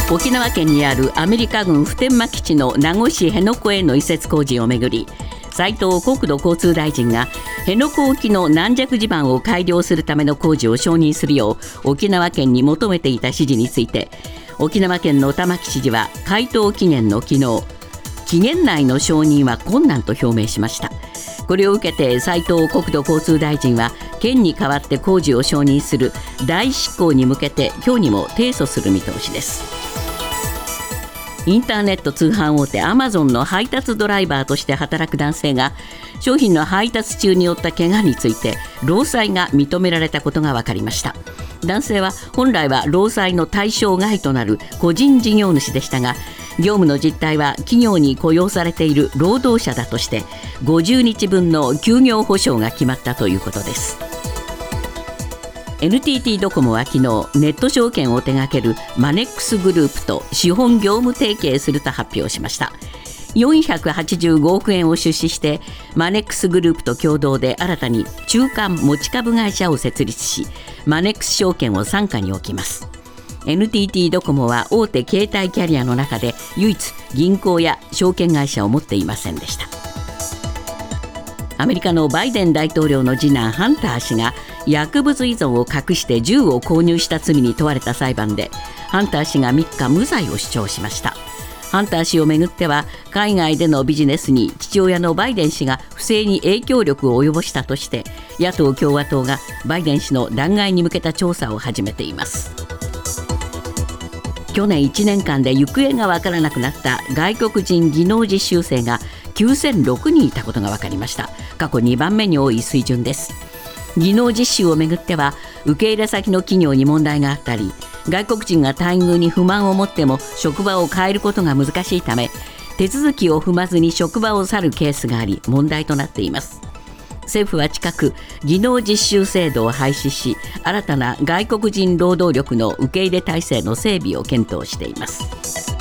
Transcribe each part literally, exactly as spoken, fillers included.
沖縄県にあるアメリカ軍普天間基地の名護市辺野古への移設工事をめぐり、斉藤国土交通大臣が辺野古沖の軟弱地盤を改良するための工事を承認するよう沖縄県に求めていた指示について、沖縄県の玉城知事は回答期限の昨日、期限内の承認は困難と表明しました。これを受けて斉藤国土交通大臣は県に代わって工事を承認する代執行に向けて今日にも提訴する見通しです。インターネット通販大手アマゾンの配達ドライバーとして働く男性が商品の配達中に負った怪我について労災が認められたことが分かりました。男性は本来は労災の対象外となる個人事業主でしたが、業務の実態は企業に雇用されている労働者だとしてごじゅうにちぶんの休業補償が決まったということです。 エヌティーティー ドコモは昨日ネット証券を手掛けるマネックスグループと資本業務提携すると発表しました。よんひゃくはちじゅうごおくえんを出資してマネックスグループと共同で新たに中間持ち株会社を設立し、マネックス証券を傘下に置きます。 エヌティーティー ドコモは大手携帯キャリアの中で唯一銀行や証券会社を持っていませんでした。アメリカのバイデン大統領の次男ハンター氏が薬物依存を隠して銃を購入した罪に問われた裁判で、ハンター氏がみっか無罪を主張しました。ハンター氏をめぐっては海外でのビジネスに父親のバイデン氏が不正に影響力を及ぼしたとして野党共和党がバイデン氏の弾劾に向けた調査を始めています。去年いちねんかんで行方が分からなくなった外国人技能実習生がきゅうせんろくにんいたことが分かりました。過去にばんめに多い水準です。技能実習をめぐっては受け入れ先の企業に問題があったり、外国人が待遇に不満を持っても職場を変えることが難しいため手続きを踏まずに職場を去るケースがあり問題となっています。政府は近く技能実習制度を廃止し、新たな外国人労働力の受け入れ体制の整備を検討しています。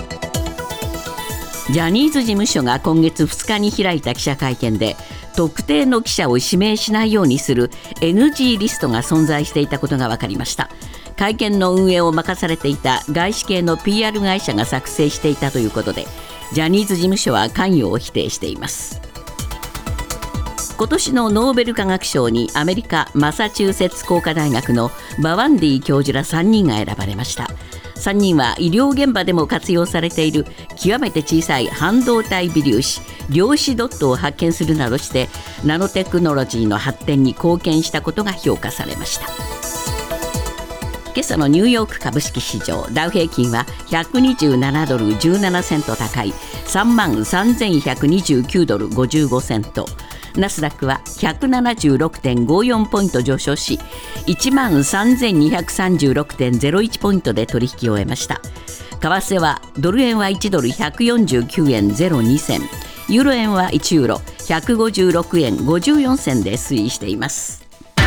ジャニーズ事務所が今月ふつかに開いた記者会見で特定の記者を指名しないようにする エヌジー リストが存在していたことが分かりました。会見の運営を任されていた外資系の ピーアール 会社が作成していたということで、ジャニーズ事務所は関与を否定しています。今年のノーベル化学賞にアメリカマサチューセッツ工科大学のバワンディ教授らさんにんが選ばれました。さんにんは医療現場でも活用されている極めて小さい半導体微粒子量子ドットを発見するなどしてナノテクノロジーの発展に貢献したことが評価されました。今朝のニューヨーク株式市場ダウ平均はひゃくにじゅうななドルじゅうななセント高い さんまんさんぜんひゃくにじゅうきゅうドルごじゅうごセント、ナスダックは ひゃくななじゅうろくてんごよん ポイント上昇し いちまんさんぜんにひゃくさんじゅうろくてんぜろいち ポイントで取引を終えました。為替はドル円はいちドルひゃくよんじゅうきゅうえんぜろにせん、ユーロ円はいちユーロひゃくごじゅうろくえんごじゅうよんせんで推移しています。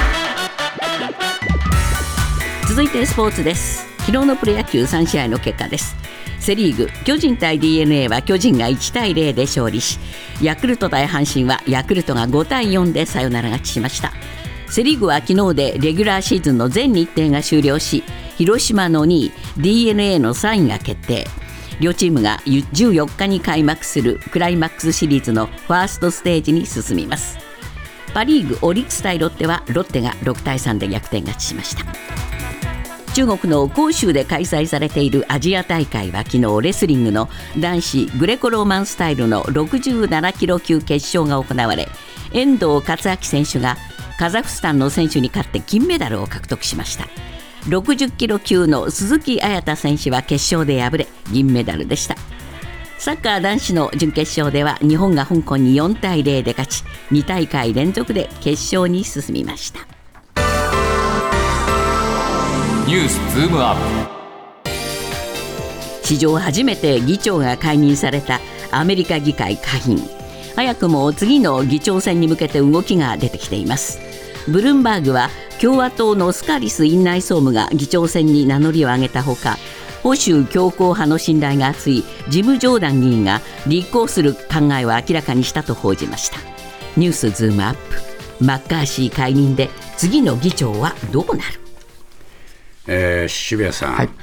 続いてスポーツです。昨日のプロ野球さんしあいの結果です。セリーグ巨人対 ディーエヌエー は巨人がいちたいゼロで勝利し、ヤクルト対阪神はヤクルトがごたいよんでサヨナラ勝ちしました。セリーグは昨日でレギュラーシーズンの全日程が終了し、広島のにい ディーエヌエー のさんいが決定。両チームがじゅうよっかに開幕するクライマックスシリーズのファーストステージに進みます。パリーグオリックス対ロッテはロッテがろくたいさんで逆転勝ちしました。中国の広州で開催されているアジア大会は昨日レスリングの男子グレコローマンスタイルのろくじゅうななキロ級決勝が行われ、遠藤克明選手がカザフスタンの選手に勝って金メダルを獲得しました。ろくじゅっキロ級の鈴木彩太選手は決勝で敗れ銀メダルでした。サッカー男子の準決勝では日本が香港によんたいゼロで勝ち、に大会連続で決勝に進みました。 ニュースズームアップ。 史上初めて議長が解任されたアメリカ議会下院、早くも次の議長選に向けて動きが出てきています。ブルームバーグは共和党のスカリス院内総務が議長選に名乗りを上げたほか、保守強硬派の信頼が厚いジム・ジョーダン議員が立候補する考えを明らかにしたと報じました。ニュースズームアップ。マッカーシー解任で次の議長はどうなる？ えー、渋谷さん、はい、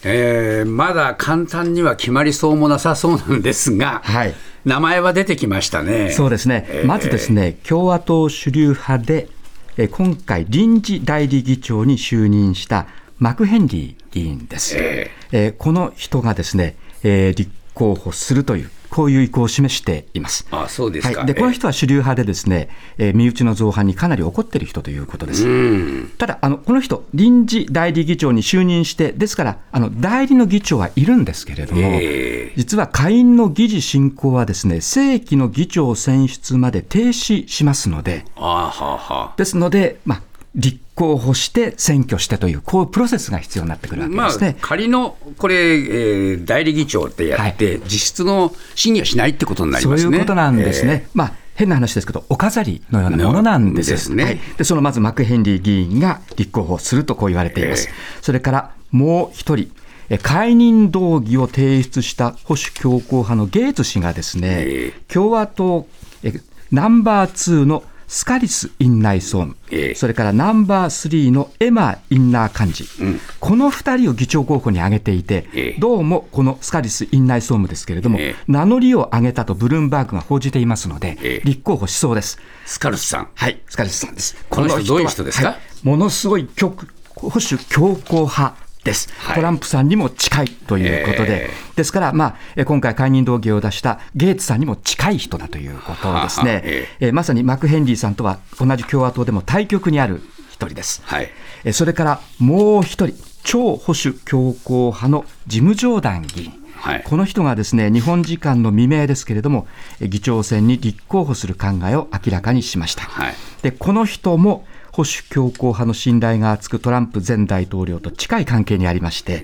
えー、まだ簡単には決まりそうもなさそうなんですが、はい、名前は出てきましたね。 そうですね、えー、まずですね、共和党主流派で、えー、今回臨時代理議長に就任したマクヘンリー議員です、えーえー、この人がですね、えー、立候補するというこういう意向を示しています。 ああ、そうですか。 はい、でこの人は主流派でですね、えー、身内の造反にかなり怒っている人ということです。うんただあのこの人臨時代理議長に就任して、ですからあの代理の議長はいるんですけれども、えー、実は下院の議事進行はですね、正規の議長選出まで停止しますので、あははですので、まあ立候補して選挙してという、こういうプロセスが必要になってくるわけですね。 まあ、仮のこれ、えー、代理議長ってやって、はい、実質の審議はしないってことになりますね。 そういうことなんですね、えーまあ、変な話ですけど、お飾りのようなものなんですですね。 はい、でそのまずマクヘンリー議員が立候補するとこう言われています、えー、それからもう一人、解任動議を提出した保守強硬派のゲーツ氏がですね、えー、共和党えナンバーツーのスカリス院内総務、えー、それからナンバースリーのエマインナー幹事、うん、このふたりを議長候補に挙げていて、えー、どうもこのスカリス院内総務ですけれども、えー、名乗りを上げたとブルームバーグが報じていますので、えー、立候補しそうです。 スカリスさん。 はい、スカリスさんです。 この人どういう人ですか？はい、 ものすごい極保守強硬派です。トランプさんにも近いということで、えー、ですから、まあ、今回解任動議を出したゲーツさんにも近い人だということですね。えーえー、まさにマクヘンリーさんとは同じ共和党でも対極にある一人です。はい、えー、それからもう一人、超保守強硬派のジム・ジョーダン議員、はい、この人がですね、日本時間の未明ですけれども、議長選に立候補する考えを明らかにしました。はい、でこの人も保守強硬派の信頼が厚くトランプ前大統領と近い関係にありまして、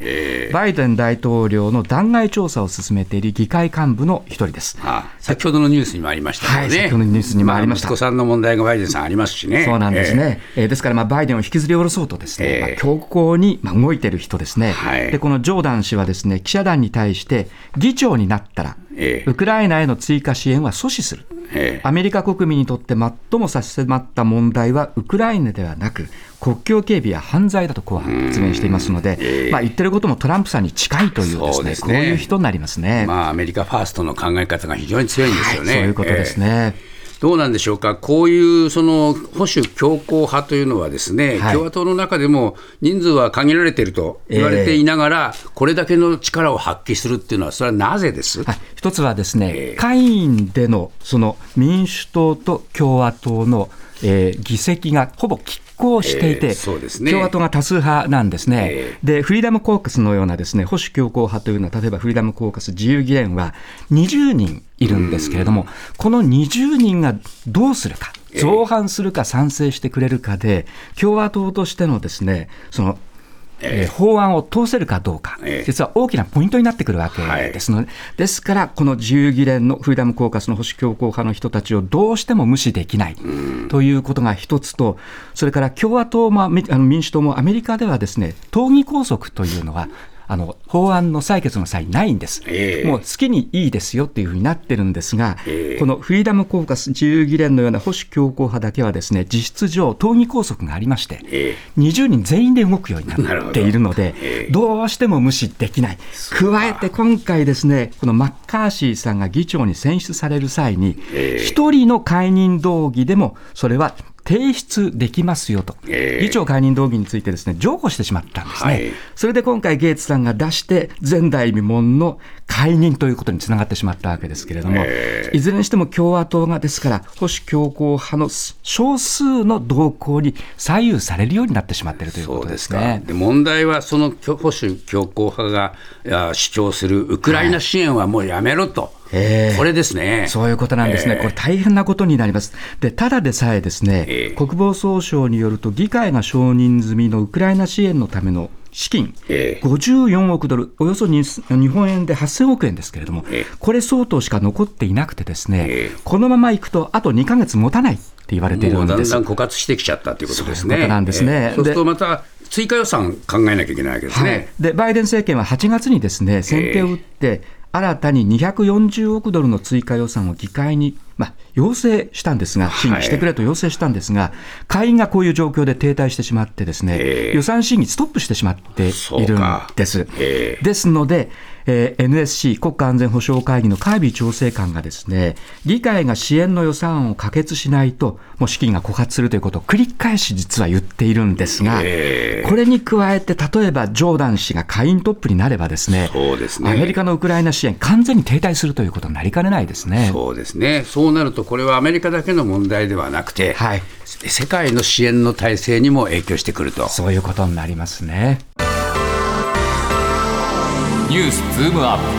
バイデン大統領の弾劾調査を進めている議会幹部の一人です。 ああ、先ほどのニュースにもありましたよね。はい、 先ほどのニュースにもありました。 まあ、息子さんの問題がバイデンさんありますしね。 そうなんですね。えー、ですからまあバイデンを引きずり下ろそうとですね、えーまあ、強硬にまあ動いている人ですね。はい、でこのジョーダン氏はですね、記者団に対して議長になったら、えー、ウクライナへの追加支援は阻止する。えー、アメリカ国民にとって最も差し迫った問題はウクライナではなく国境警備や犯罪だとこう発言していますので、えーまあ、言ってることもトランプさんに近いというですね、こういう人になりますね。 まあ、アメリカファーストの考え方が非常に強いんですよね。 はい、そういうことですね。 えーどうなんでしょうか。こういうその保守強硬派というのはですね、はい、共和党の中でも人数は限られていると言われていながら、えー、これだけの力を発揮するっていうのはそれはなぜです？ はい、一つはですね、えー、下院でのその民主党と共和党の、えー、議席がほぼ拮抗していて、えーそうですね、共和党が多数派なんですね。えー、でフリーダムコーカスのようなですね、保守強硬派というのは、例えばフリーダムコーカス自由議連はにじゅうにんいるんですけれども、このにじゅうにんがどうするか、造反するか賛成してくれるかで、共和党としてのですね、そのえー、法案を通せるかどうか、えー、実は大きなポイントになってくるわけですので、はい、ですからこの自由議連のフリーダムコーカスの保守強硬派の人たちをどうしても無視できないということが一つと、それから共和党もあの民主党もアメリカではですね、党議拘束というのはあの法案の採決の際ないんです、えー、もう好きにいいですよっていうふうになってるんですが、えー、このフリーダムコーカス自由議連のような保守強硬派だけはですね、実質上党議拘束がありまして、えー、にじゅうにん全員で動くようになっているので、えー、どうしても無視できない。加えて今回ですね、このマッカーシーさんが議長に選出される際に、えー、一人の解任動議でもそれは提出できますよと、えー、議長解任動議についてですね、譲歩してしまったんですね。はい、それで今回ゲーツさんが出して前代未聞の解任ということにつながってしまったわけですけれども、えー、いずれにしても共和党がですから保守強硬派の少数の動向に左右されるようになってしまっているということですね。 そうですか。で問題はその保守強硬派が主張するウクライナ支援はもうやめろと、はい、えー、これですね。 そういうことなんですね。えー、これ大変なことになります。でただでさえですね、えー、国防総省によると議会が承認済みのウクライナ支援のための資金、えー、ごじゅうよんおくドル、およそ日本円ではっせんおくえんですけれども、えー、これ相当しか残っていなくてですね、えー、このままいくとあとにかげつ持たないって言われているんです。 もうだんだん枯渇してきちゃったということですね。 そういうことなんですね。 えー、そうするとまた追加予算考えなきゃいけないわけですね。はい、 でバイデン政権ははちがつにですね、先手を打って、えー新たににひゃくよんじゅうおくドルの追加予算を議会にまあ、要請したんですが、審議してくれと要請したんですが、はい、下院がこういう状況で停滞してしまってですね、予算審議ストップしてしまっているんです。ですので、えー、エヌエスシー 国家安全保障会議のカービー調整官がですね、議会が支援の予算案を可決しないともう資金が枯渇するということを繰り返し実は言っているんですが、これに加えて例えばジョーダン氏が下院トップになればですね、 そうですね、 アメリカのウクライナ支援完全に停滞するということになりかねないですね。 そうですね。そうなるとこれはアメリカだけの問題ではなくて、はい、世界の支援の体制にも影響してくると、 そういうことになりますね。 ニュースズームアップ。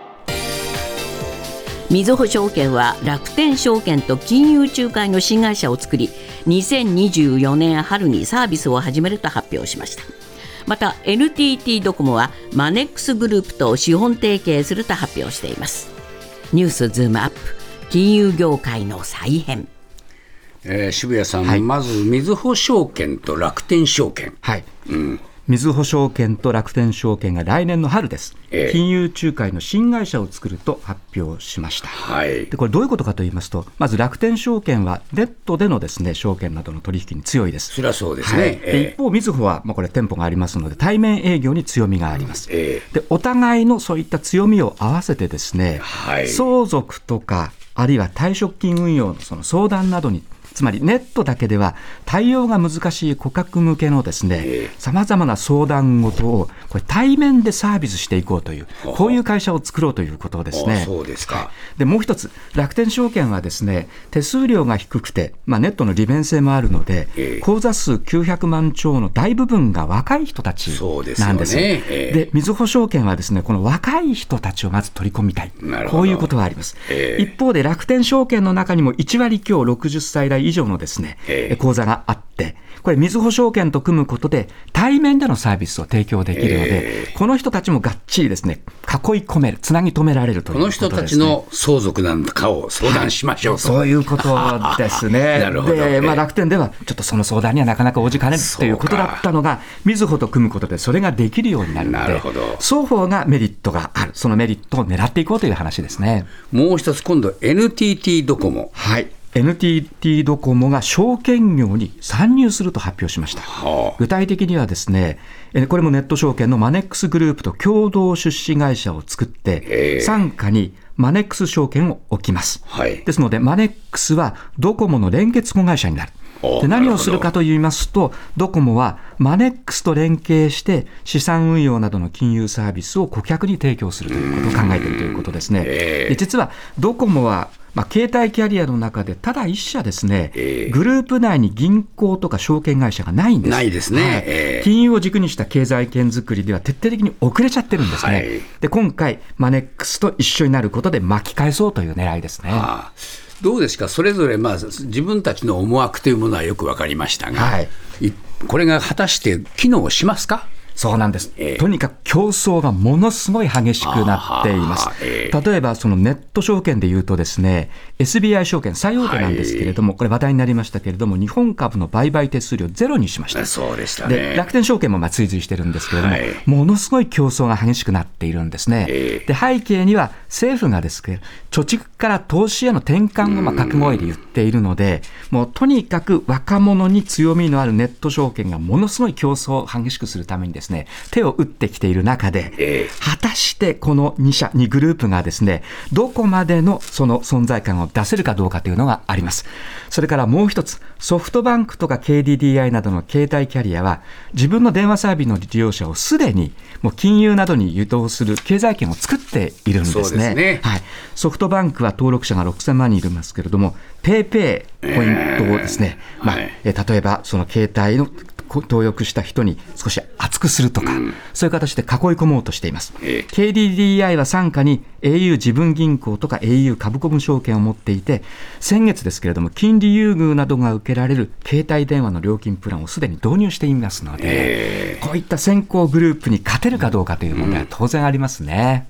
みずほ証券は楽天証券と金融仲介の新会社を作り、にせんにじゅうよねん春にサービスを始めると発表しました。また エヌティーティー ドコモはマネックスグループと資本提携すると発表しています。ニュースズームアップ、金融業界の再編。 えー、渋谷さん、はい、まずみずほ証券と楽天証券、 はい、うん、みずほ証券と楽天証券が来年の春です、えー、金融仲介の新会社を作ると発表しました、はい、でこれどういうことかと言いますと、まず楽天証券はネットでのですね、証券などの取引に強いです。 そりゃそうですね、はい、 で一方みずほは、まあ、これ店舗がありますので対面営業に強みがあります、えー、でお互いのそういった強みを合わせてですね、はい、相続とかあるいは退職金運用のその相談などに、つまりネットだけでは対応が難しい顧客向けのですね、さまざまな相談事をこれ対面でサービスしていこうという、こういう会社を作ろうということですね。 そうですか。 でもう一つ、楽天証券はですね、手数料が低くて、まあ、ネットの利便性もあるので、えー、口座数きゅうひゃくまん超の大部分が若い人たちなんです。そうですよね。えー、でみずほ証券はですね、この若い人たちをまず取り込みたい、こういうことがあります、えー、一方で楽天証券の中にもいちわり強ろくじゅっさい代以上のですね、えー、口座があって、これみずほ証券と組むことで対面でのサービスを提供できるので、えー、この人たちもがっちりですね、囲い込める、つなぎ止められるということですね。 この人たちの相続なんかを相談しましょうと、 はい、そういうことですね。なるほど。で、まあ、楽天ではちょっとその相談にはなかなか応じかねるということだったのが、みずほと組むことでそれができるようになるので、なるほど、双方がメリットがある、そのメリットを狙っていこうという話ですね。 もう一つ、今度 エヌティーティー ドコモ、 はい、エヌティーティー ドコモが証券業に参入すると発表しました、はあ、具体的にはですね、これもネット証券のマネックスグループと共同出資会社を作って傘下にマネックス証券を置きます、はい、ですのでマネックスはドコモの連結子会社になる。で何をするかといいますと、ドコモはマネックスと連携して資産運用などの金融サービスを顧客に提供するということを考えているということですね。で実はドコモはまあ、携帯キャリアの中でただ一社ですね、えー、グループ内に銀行とか証券会社がないんです。 ないですね、はい、 えー、金融を軸にした経済圏作りでは徹底的に遅れちゃってるんですね、はい、で今回マネックスと一緒になることで巻き返そうという狙いですね。 ああ、どうですか、それぞれまあ自分たちの思惑というものはよく分かりましたが、はい、これが果たして機能しますか。 そうなんです、えー、とにかく競争がものすごい激しくなっています、えー、例えばそのネット証券でいうとですね、 エスビーアイ 証券最大手なんですけれども、はい、これ話題になりましたけれども、日本株の売買手数料ゼロにしました。 そうでしたね。 で楽天証券もまあ追随してるんですけれども、はい、ものすごい競争が激しくなっているんですね、えー、で背景には政府がですね、貯蓄から投資への転換をまあ覚悟で言っているので、もうとにかく若者に強みのあるネット証券がものすごい競争を激しくするためにですね、手を打ってきている中で、えー、果たしてこのに社にグループがですね、どこまでのその存在感を出せるかどうかというのがあります。それからもう一つ、ソフトバンクとか ケーディーディーアイ などの携帯キャリアは自分の電話サービスの利用者をすでにもう金融などに誘導する経済圏を作っているんですね。そうですね、はい、ソフトバンクは登録者がろくせんまんにんいますけれども、ペイペイポイントをですね、えーまあはい、え例えばその携帯の登録した人に少し厚くするとか、うん、そういう形で囲い込もうとしています、えー、ケーディーディーアイ は傘下に エーユー 自分銀行とか エーユー 株コム証券を持っていて、先月ですけれども金利優遇などが受けられる携帯電話の料金プランをすでに導入していますので、えー、こういった先行グループに勝てるかどうかという問題は当然ありますね、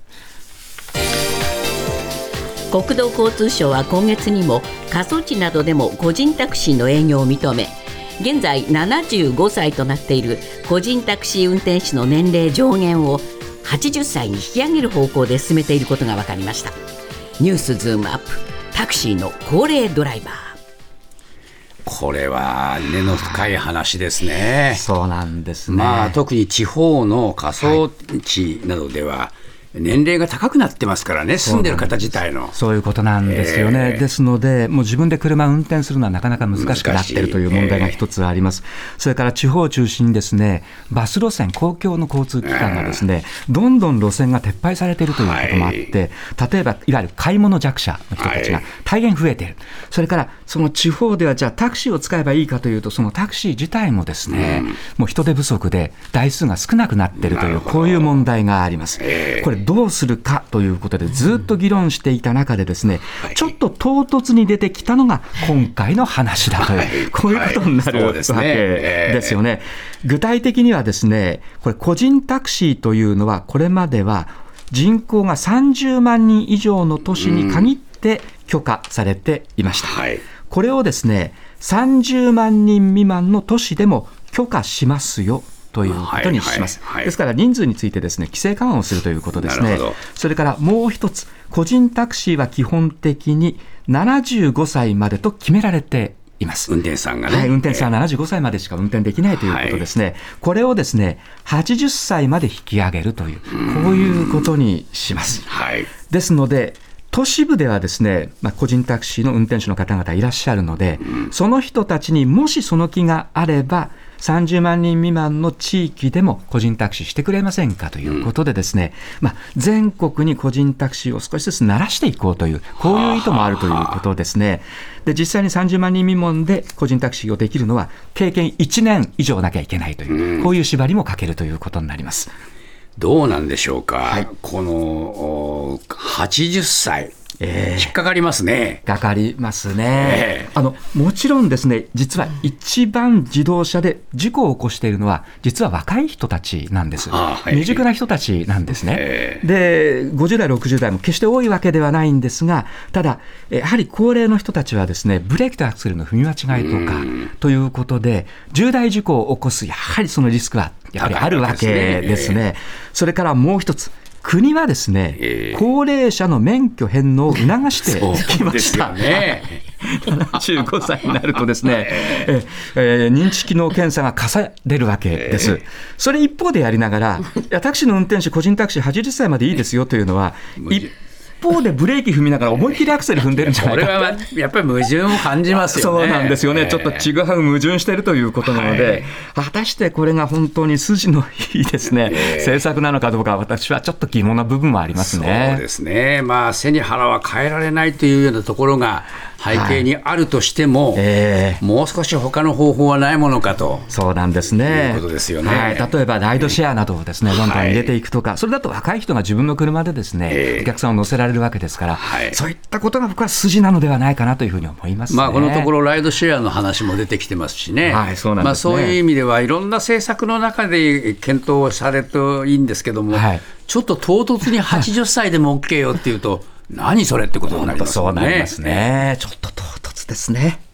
うん、国土交通省は今月にも過疎地などでも個人タクシーの営業を認め、現在ななじゅうごさいとなっている個人タクシー運転手の年齢上限をはちじゅっさいに引き上げる方向で進めていることが分かりました。ニュースズームアップ、 タクシーの高齢ドライバー。 これは根の深い話ですね。 そうなんですね。 まあ、特に地方の過疎地などでは、年齢が高くなってますからね、住んでる方自体の。 そういうことなんですよね。えー、ですので、もう自分で車を運転するのはなかなか難しくなっているという問題が一つあります。えー、それから地方を中心にですね、バス路線、公共の交通機関がですね、えー、どんどん路線が撤廃されているということもあって、はい、例えばいわゆる買い物弱者の人たちが大変増えている。はい、それからその地方ではじゃあタクシーを使えばいいかというと、そのタクシー自体もですね、うん、もう人手不足で台数が少なくなっているという、こういう問題があります。えー、これどうするかということでずっと議論していた中でですね、はい、ちょっと唐突に出てきたのが今回の話だという、はい、こういうことになる、はい、わけですよね。具体的にはですね、これ個人タクシーというのはこれまでは人口がさんじゅうまんにん以上の都市に限って許可されていました。はい、これをですね、さんじゅうまんにん未満の都市でも許可しますよということにします。はいはいはい、ですから人数についてですね、規制緩和をするということですね。それからもう一つ、個人タクシーは基本的にななじゅうごさいまでと決められています。 運転手さんがね、 はい、運転手さんはななじゅうごさいまでしか運転できないということですね。はい、これをですね、はちじゅっさいまで引き上げるという、こういうことにします。はい、ですので都市部ではですね、まあ、個人タクシーの運転手の方々いらっしゃるので、うん、その人たちにもしその気があればさんじゅうまんにん未満の地域でも個人タクシーしてくれませんかということでですね、うん、まあ、全国に個人タクシーを少しずつ慣らしていこうという、こういう意図もあるということですね。で、実際にさんじゅうまんにん未満で個人タクシーをできるのは経験いちねん以上なきゃいけないという、うん、こういう縛りもかけるということになります。 どうなんでしょうか、はい、このはちじゅっさい、えー、引っかかりますね。 かかりますね。えー、あのもちろんですね、実は一番自動車で事故を起こしているのは実は若い人たちなんです。はい、未熟な人たちなんですね。えー、でごじゅうだいろくじゅうだいも決して多いわけではないんですが、ただやはり高齢の人たちはですね、ブレーキとアクセルの踏み間違いとかということで重大事故を起こす、やはりそのリスクはやはりあるわけですね。それからもう一つ、国はですね、えー、高齢者の免許返納を促してきました。ね、ななじゅうごさいになるとですね、えーえー、認知機能検査が課されるわけです。えー、それ一方でやりながら、いやタクシーの運転手、個人タクシーはちじゅっさいまでいいですよというのは、一方でブレーキ踏みながら思いっきりアクセル踏んでるんじゃないか。これはやっぱり矛盾を感じますよね。 そうなんですよね。ちょっとちぐはぐ矛盾しているということなので、はい、果たしてこれが本当に筋のいいですね、えー、政策なのかどうか、私はちょっと疑問な部分もありますね。 そうですね。まあ背に腹は変えられないというようなところが背景にあるとしても、はい、えー、もう少し他の方法はないものかと。 そうなんですね。 いうことですよね。 はい、例えばライドシェアなどをですね、どんどん入れていくとか、はい、それだと若い人が自分の車でですね、えー、お客さんを乗せられるわけですから、はい、そういったことが僕は筋なのではないかなというふうに思いますね。 まあ、このところライドシェアの話も出てきてますしね。はい、そうなんですね。まあ、そういう意味ではいろんな政策の中で検討されるといいんですけども、はい、ちょっと唐突にはちじゅっさいでも OK よっていうと何それってことになりますね。 そうなりますね。ちょっと唐突ですね。